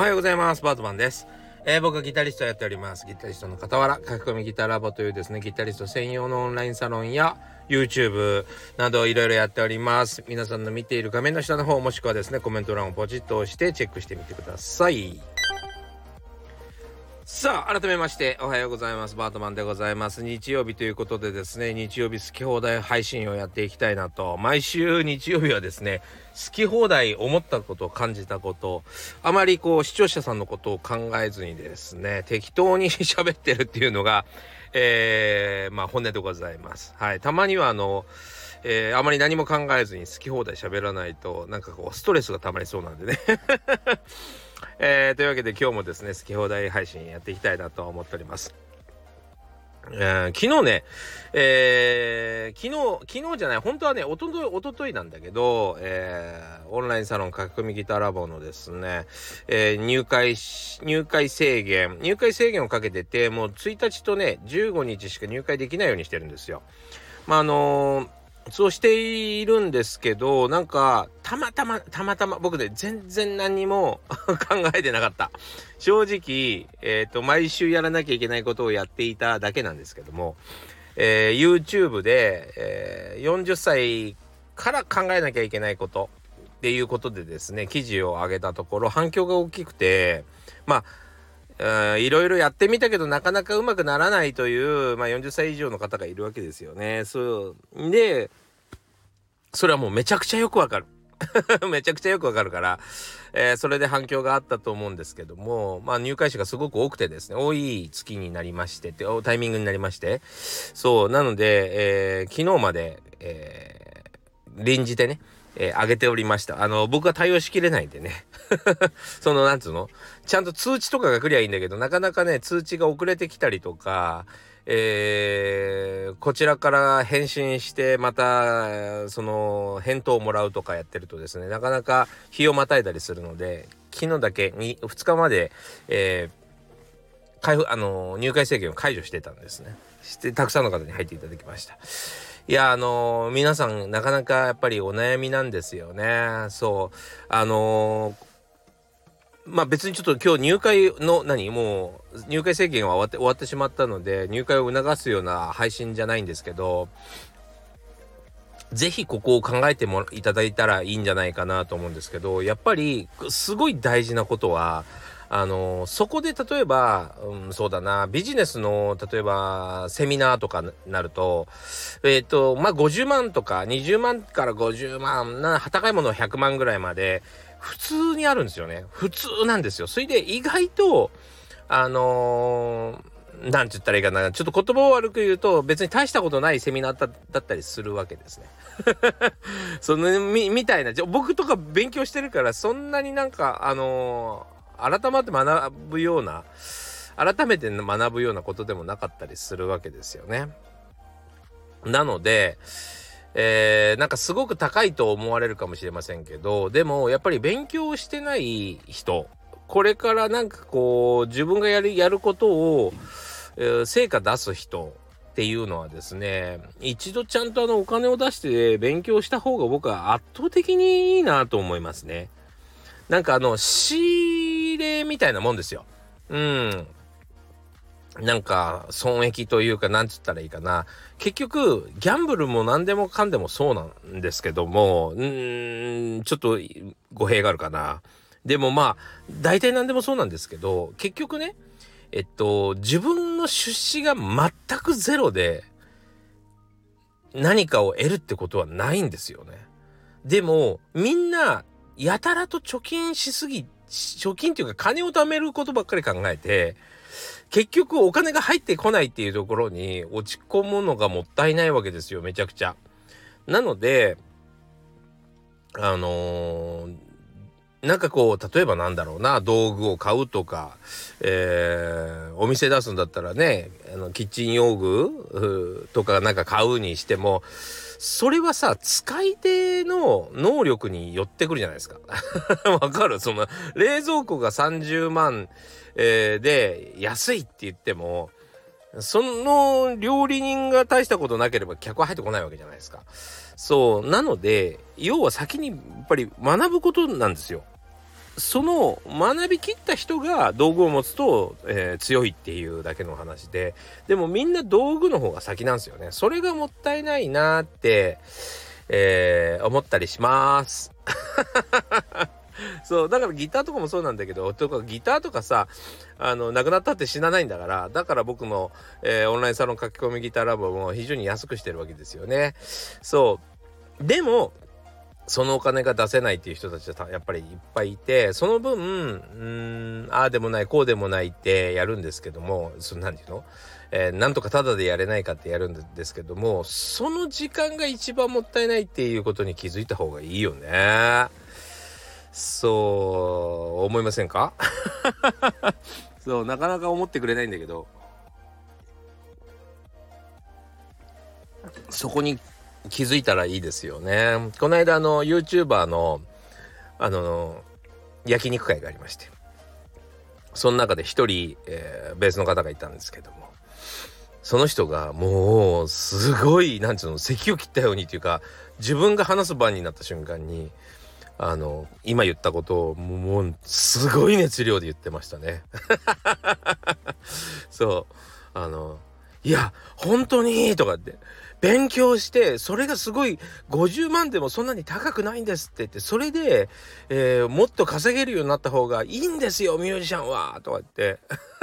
おはようございます。バートマンです。僕はギタリストをやっております。ギタリストの傍ら、書き込みギターラボというですね、ギタリスト専用のオンラインサロンや YouTube などいろいろやっております。皆さんの見ている画面の下の方、もしくはですね、コメント欄をポチッと押してチェックしてみてください。さあ、改めましておはようございます。バートマンでございます。日曜日ということでですね、日曜日好き放題配信をやっていきたいなと。毎週日曜日はですね、好き放題思ったこと感じたこと、あまり視聴者さんのことを考えずにですね、適当に喋ってるっていうのが本音でございます。はい。たまにはあまり何も考えずに好き放題喋らないとストレスが溜まりそうなんでねというわけで今日もですね好き放題配信やっていきたいなと思っております。昨日ね、昨日じゃない、本当はねおとといなんだけど、オンラインサロン書き込みギターラボのですね、入会制限をかけてて、もう1日とね15日しか入会できないようにしてるんですよ。そうしているんですけど、たまたま僕ね全然何も考えてなかった。正直毎週やらなきゃいけないことをやっていただけなんですけども、YouTube で、40歳から考えなきゃいけないことっていうことでですね記事を上げたところ反響が大きくて、いろいろやってみたけどなかなかうまくならないという、40歳以上の方がいるわけですよね。そうで、それはもうめちゃくちゃよくわかるめちゃくちゃよくわかるから、それで反響があったと思うんですけども、入会者がすごく多くてですね、多い月になりましてタイミングになりまして、そうなので、昨日まで、臨じてね上げておりました。僕は対応しきれないんでねなんつうの、ちゃんと通知とかが来りゃいいんだけど、なかなかね通知が遅れてきたりとか、こちらから返信してまたその返答をもらうとかやってるとですね、なかなか日をまたいだりするので、昨日だけ2日まで、入会制限を解除してたんですね。してたくさんの方に入っていただきました。いや皆さんなかなかやっぱりお悩みなんですよね。別にちょっと今日入会のもう入会制限は終わってしまったので入会を促すような配信じゃないんですけど、ぜひここを考えていただいたらいいんじゃないかなと思うんですけど、やっぱりすごい大事なことはそこで例えば、そうだな、ビジネスの例えばセミナーとかなると50万とか20万から50万高いものは100万ぐらいまで普通にあるんですよね。普通なんですよ。それで意外となんて言ったらいいかな、ちょっと言葉を悪く言うと別に大したことないセミナーだったりするわけですねみたいな、僕とか勉強してるからそんなに改めて学ぶようなことでもなかったりするわけですよね。なので、すごく高いと思われるかもしれませんけど、でもやっぱり勉強してない人、これから自分がやることを、成果出す人っていうのはですね、一度ちゃんとお金を出して勉強した方が僕は圧倒的にいいなと思いますね。仕入れみたいなもんですよ。損益というか、なんつったらいいかな。結局ギャンブルも何でもかんでもそうなんですけども、ちょっと語弊があるかな。でも大体何でもそうなんですけど、結局ね自分の出資が全くゼロで何かを得るってことはないんですよね。でもみんなやたらと貯金っていうか金を貯めることばっかり考えて、結局お金が入ってこないっていうところに落ち込むのがもったいないわけですよ、めちゃくちゃ。なので例えば道具を買うとか、お店出すんだったらねキッチン用具とか買うにしても、それはさ使い手の能力に寄ってくるじゃないですかわかる？冷蔵庫が30万、で安いって言っても、その料理人が大したことなければ客は入ってこないわけじゃないですか。そうなので、要は先にやっぱり学ぶことなんですよ。 その学びきった人が道具を持つと、強いっていうだけの話で、でもみんな道具の方が先なんですよね。それがもったいないなって、思ったりします。そうだからギターとかもそうなんだけど、ギターとかさ、なくなったって死なないんだから、だから僕の、オンラインサロン書き込みギターラボも非常に安くしてるわけですよね。そうでもそのお金が出せないっていう人たちはやっぱりいっぱいいて、その分ああでもないこうでもないってやるんですけども、なんていうの、なんとかタダでやれないかってやるんですけども、その時間が一番もったいないっていうことに気づいた方がいいよね。そう思いませんか？そうなかなか思ってくれないんだけど、そこに気づいたらいいですよね。この間YouTuber の焼肉会がありまして、その中で一人、ベースの方がいたんですけども、その人がもうすごいなんていうの、咳を切ったようにっていうか、自分が話す番になった瞬間に今言ったことをもうすごい熱量で言ってましたね。そういや本当にとかって勉強して、それがすごい50万でもそんなに高くないんですって言って、それで、もっと稼げるようになった方がいいんですよミュージシャンはとか言って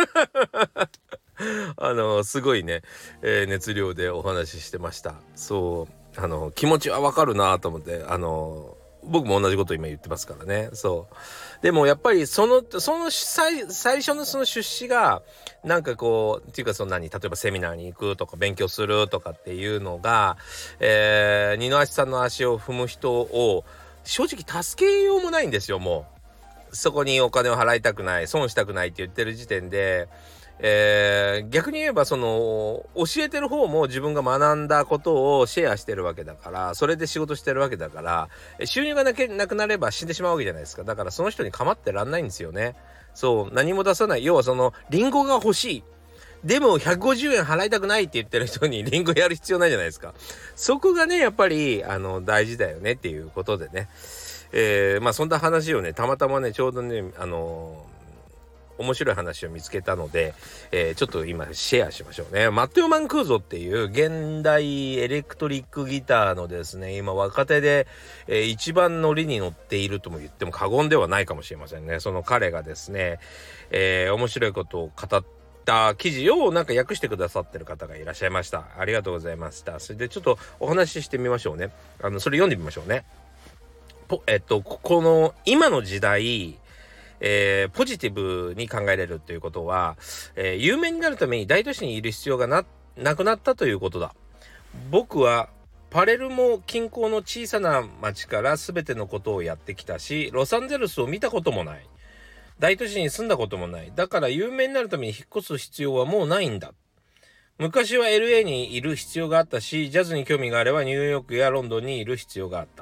すごいね、熱量でお話ししてました。そう気持ちはわかるなと思って、僕も同じこと今言ってますからね。そうでもやっぱりその最初のその出資がなんかこうっていうか、例えばセミナーに行くとか勉強するとかっていうのが、二の足さんの足を踏む人を正直助けようもないんですよ。もうそこにお金を払いたくない、損したくないって言ってる時点で、逆に言えば教えてる方も自分が学んだことをシェアしてるわけだから、それで仕事してるわけだから、収入がなくなれば死んでしまうわけじゃないですか。だからその人に構ってらんないんですよね。何も出さない。要はリンゴが欲しいでも150円払いたくないって言ってる人にリンゴやる必要ないじゃないですか。そこがねやっぱり大事だよねっていうことでね、そんな話をねたまたまねちょうどね面白い話を見つけたので、ちょっと今シェアしましょうね。マッテオ・マンクーゾっていう現代エレクトリックギターのですね、今若手で、一番乗りに乗っているとも言っても過言ではないかもしれませんね。その彼がですね、面白いことを語った記事をなんか訳してくださってる方がいらっしゃいました。ありがとうございました。それでちょっとお話ししてみましょうね。それ読んでみましょうね。この今の時代ポジティブに考えれるということは、有名になるために大都市にいる必要がなくなったということだ。僕はパレルモ近郊の小さな町から全てのことをやってきたし、ロサンゼルスを見たこともない。大都市に住んだこともない。だから有名になるために引っ越す必要はもうないんだ。昔は LA にいる必要があったし、ジャズに興味があればニューヨークやロンドンにいる必要があった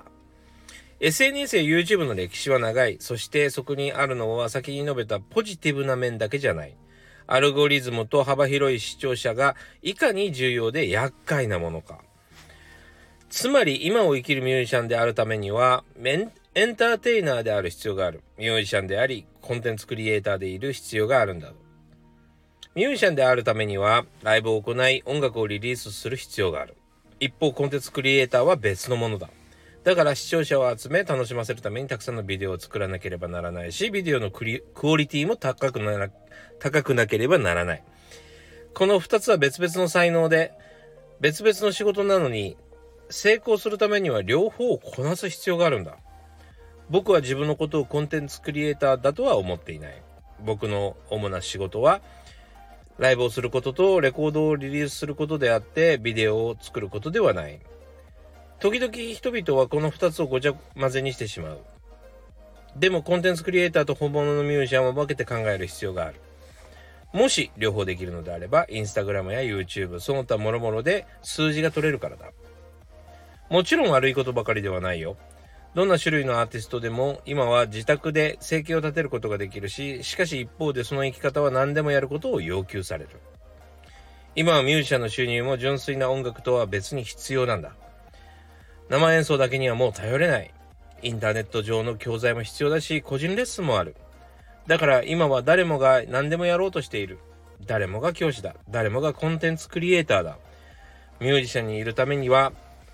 。SNS や YouTube の歴史は長い。そしてそこにあるのは先に述べたポジティブな面だけじゃない。アルゴリズムと幅広い視聴者がいかに重要で厄介なものか。つまり今を生きるミュージシャンであるためにはエンターテイナーである必要がある。ミュージシャンでありコンテンツクリエイターでいる必要があるんだ。ミュージシャンであるためにはライブを行い音楽をリリースする必要がある。一方コンテンツクリエイターは別のものだ。だから視聴者を集め楽しませるためにたくさんのビデオを作らなければならないし、ビデオのクオリティも高くなければならない。この2つは別々の才能で別々の仕事なのに、成功するためには両方をこなす必要があるんだ。僕は自分のことをコンテンツクリエイターだとは思っていない。僕の主な仕事はライブをすることとレコードをリリースすることであって、ビデオを作ることではない。時々人々はこの2つをごちゃ混ぜにしてしまう。でもコンテンツクリエイターと本物のミュージシャンを分けて考える必要がある。もし両方できるのであれば、インスタグラムや YouTube、その他諸々で数字が取れるからだ。もちろん悪いことばかりではないよ。どんな種類のアーティストでも今は自宅で生計を立てることができるし、しかし一方でその生き方は何でもやることを要求される。今はミュージシャンの収入も純粋な音楽とは別に必要なんだ。生演奏だけにはもう頼れない。 インターネット上の教材も必要だし、個人レッスンもある。だから今は誰もが何でもやろうとしている。誰もが教師だ。誰もがコンテンツクリエイターだ。ミュージシャンでいるためには、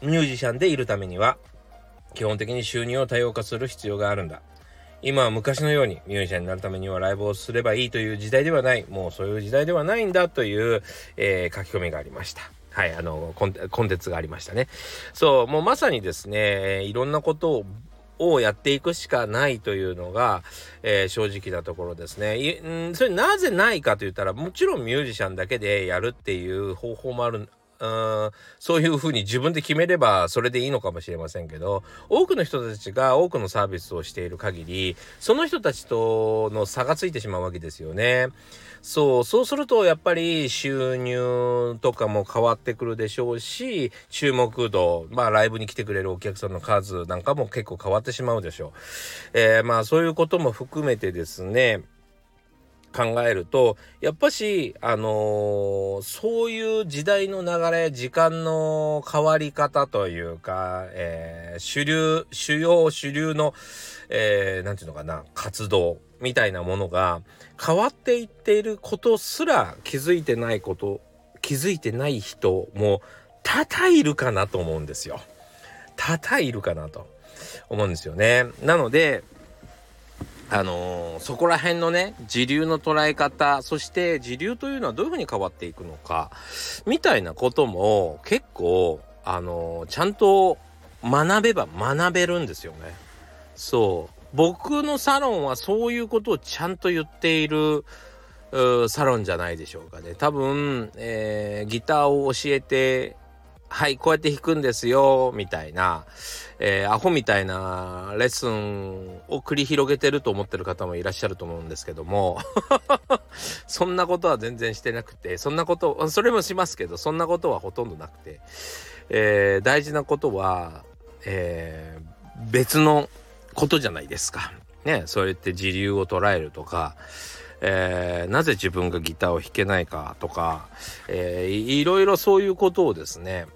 基本的に収入を多様化する必要があるんだ。今は昔のようにミュージシャンになるためにはライブをすればいいという時代ではない。もうそういう時代ではないんだという、書き込みがありました。はい、コンテンツがありましたね。そう、もうまさにですね、いろんなことをやっていくしかないというのが、正直なところですね。それなぜないかと言ったら、もちろんミュージシャンだけでやるっていう方法もある。そういうふうに自分で決めればそれでいいのかもしれませんけど、多くの人たちが多くのサービスをしている限り、その人たちとの差がついてしまうわけですよね。そうするとやっぱり収入とかも変わってくるでしょうし、注目度、ライブに来てくれるお客さんの数なんかも結構変わってしまうでしょう。そういうことも含めてですね、考えるとやっぱしそういう時代の流れ、時間の変わり方というか、主流の、なんていうのかな、活動みたいなものが変わっていっていることすら気づいてない人も多々いるかなと思うんですよ。なのでそこら辺のね、時流の捉え方、そして時流というのはどういうふうに変わっていくのかみたいなことも結構ちゃんと学べば学べるんですよね。僕のサロンはそういうことをちゃんと言っているサロンじゃないでしょうかね。多分、ギターを教えて、はい、こうやって弾くんですよみたいな、アホみたいなレッスンを繰り広げてると思ってる方もいらっしゃると思うんですけどもそんなことは全然してなくて、それもしますけど、そんなことはほとんどなくて、大事なことは、別のことじゃないですかね。そうやって時流を捉えるとか、なぜ自分がギターを弾けないかとか、いろいろそういうことをですね、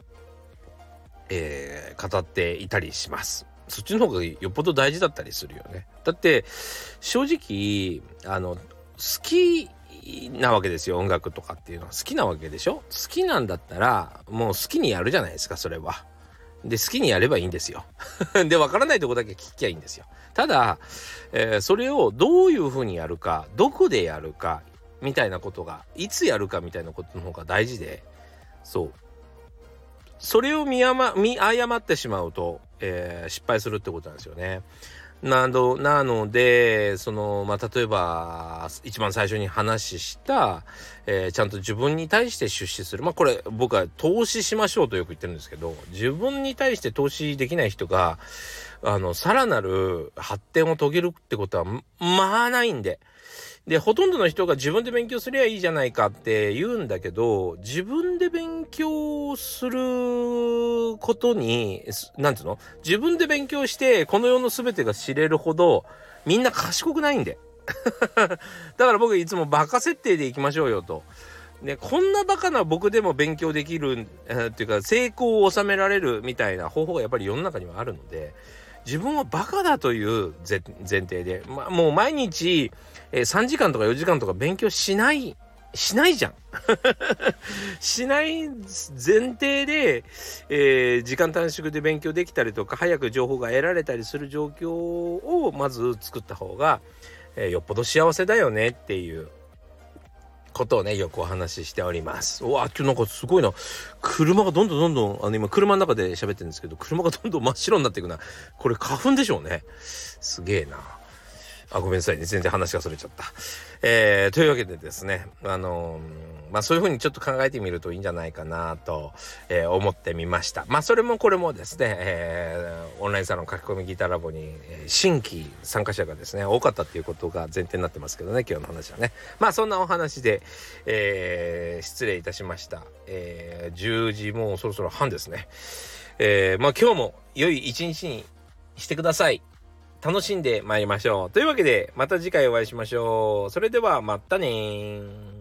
語っていたりします。そっちの方がよっぽど大事だったりするよね。だって正直好きなわけですよ。音楽とかっていうのは好きなわけでしょ。好きなんだったらもう好きにやるじゃないですか、それは。で好きにやればいいんですよで分からないとこだけ聞きゃいいんですよ。ただ、それをどういうふうにやるか、どこでやるかみたいなことが、いつやるかみたいなことの方が大事で、それを見誤ってしまうと、失敗するってことなんですよね。なので例えば一番最初に話した、ちゃんと自分に対して出資する。これ僕は投資しましょうとよく言ってるんですけど、自分に対して投資できない人がさらなる発展を遂げるってことはないんで。ほとんどの人が自分で勉強すりゃいいじゃないかって言うんだけど、自分で勉強することに、自分で勉強してこの世の全てが知れるほどみんな賢くないんでだから僕いつもバカ設定でいきましょうよと。こんなバカな僕でも勉強できる、っていうか成功を収められるみたいな方法がやっぱり世の中にはあるので、自分はバカだという前提で、もう毎日、3時間とか4時間とか勉強しないじゃんしない前提で、時間短縮で勉強できたりとか、早く情報が得られたりする状況をまず作った方が、よっぽど幸せだよねっていうことをね、よくお話ししております。今日なんかすごいな、車がどんどん今車の中で喋ってるんですけど、車がどんどん真っ白になっていくな。これ花粉でしょうね。すげえな。ごめんなさいね、全然話がそれちゃった。というわけでですね、そういう風にちょっと考えてみるといいんじゃないかなと、思ってみました。それもこれもですね、オンラインサロン書き込みギターラボに、新規参加者がですね多かったっていうことが前提になってますけどね、今日の話はね。そんなお話で、失礼いたしました。10時もうそろそろ半ですね。今日も良い一日にしてください。楽しんで参りましょう。というわけでまた次回お会いしましょう。それではまたね。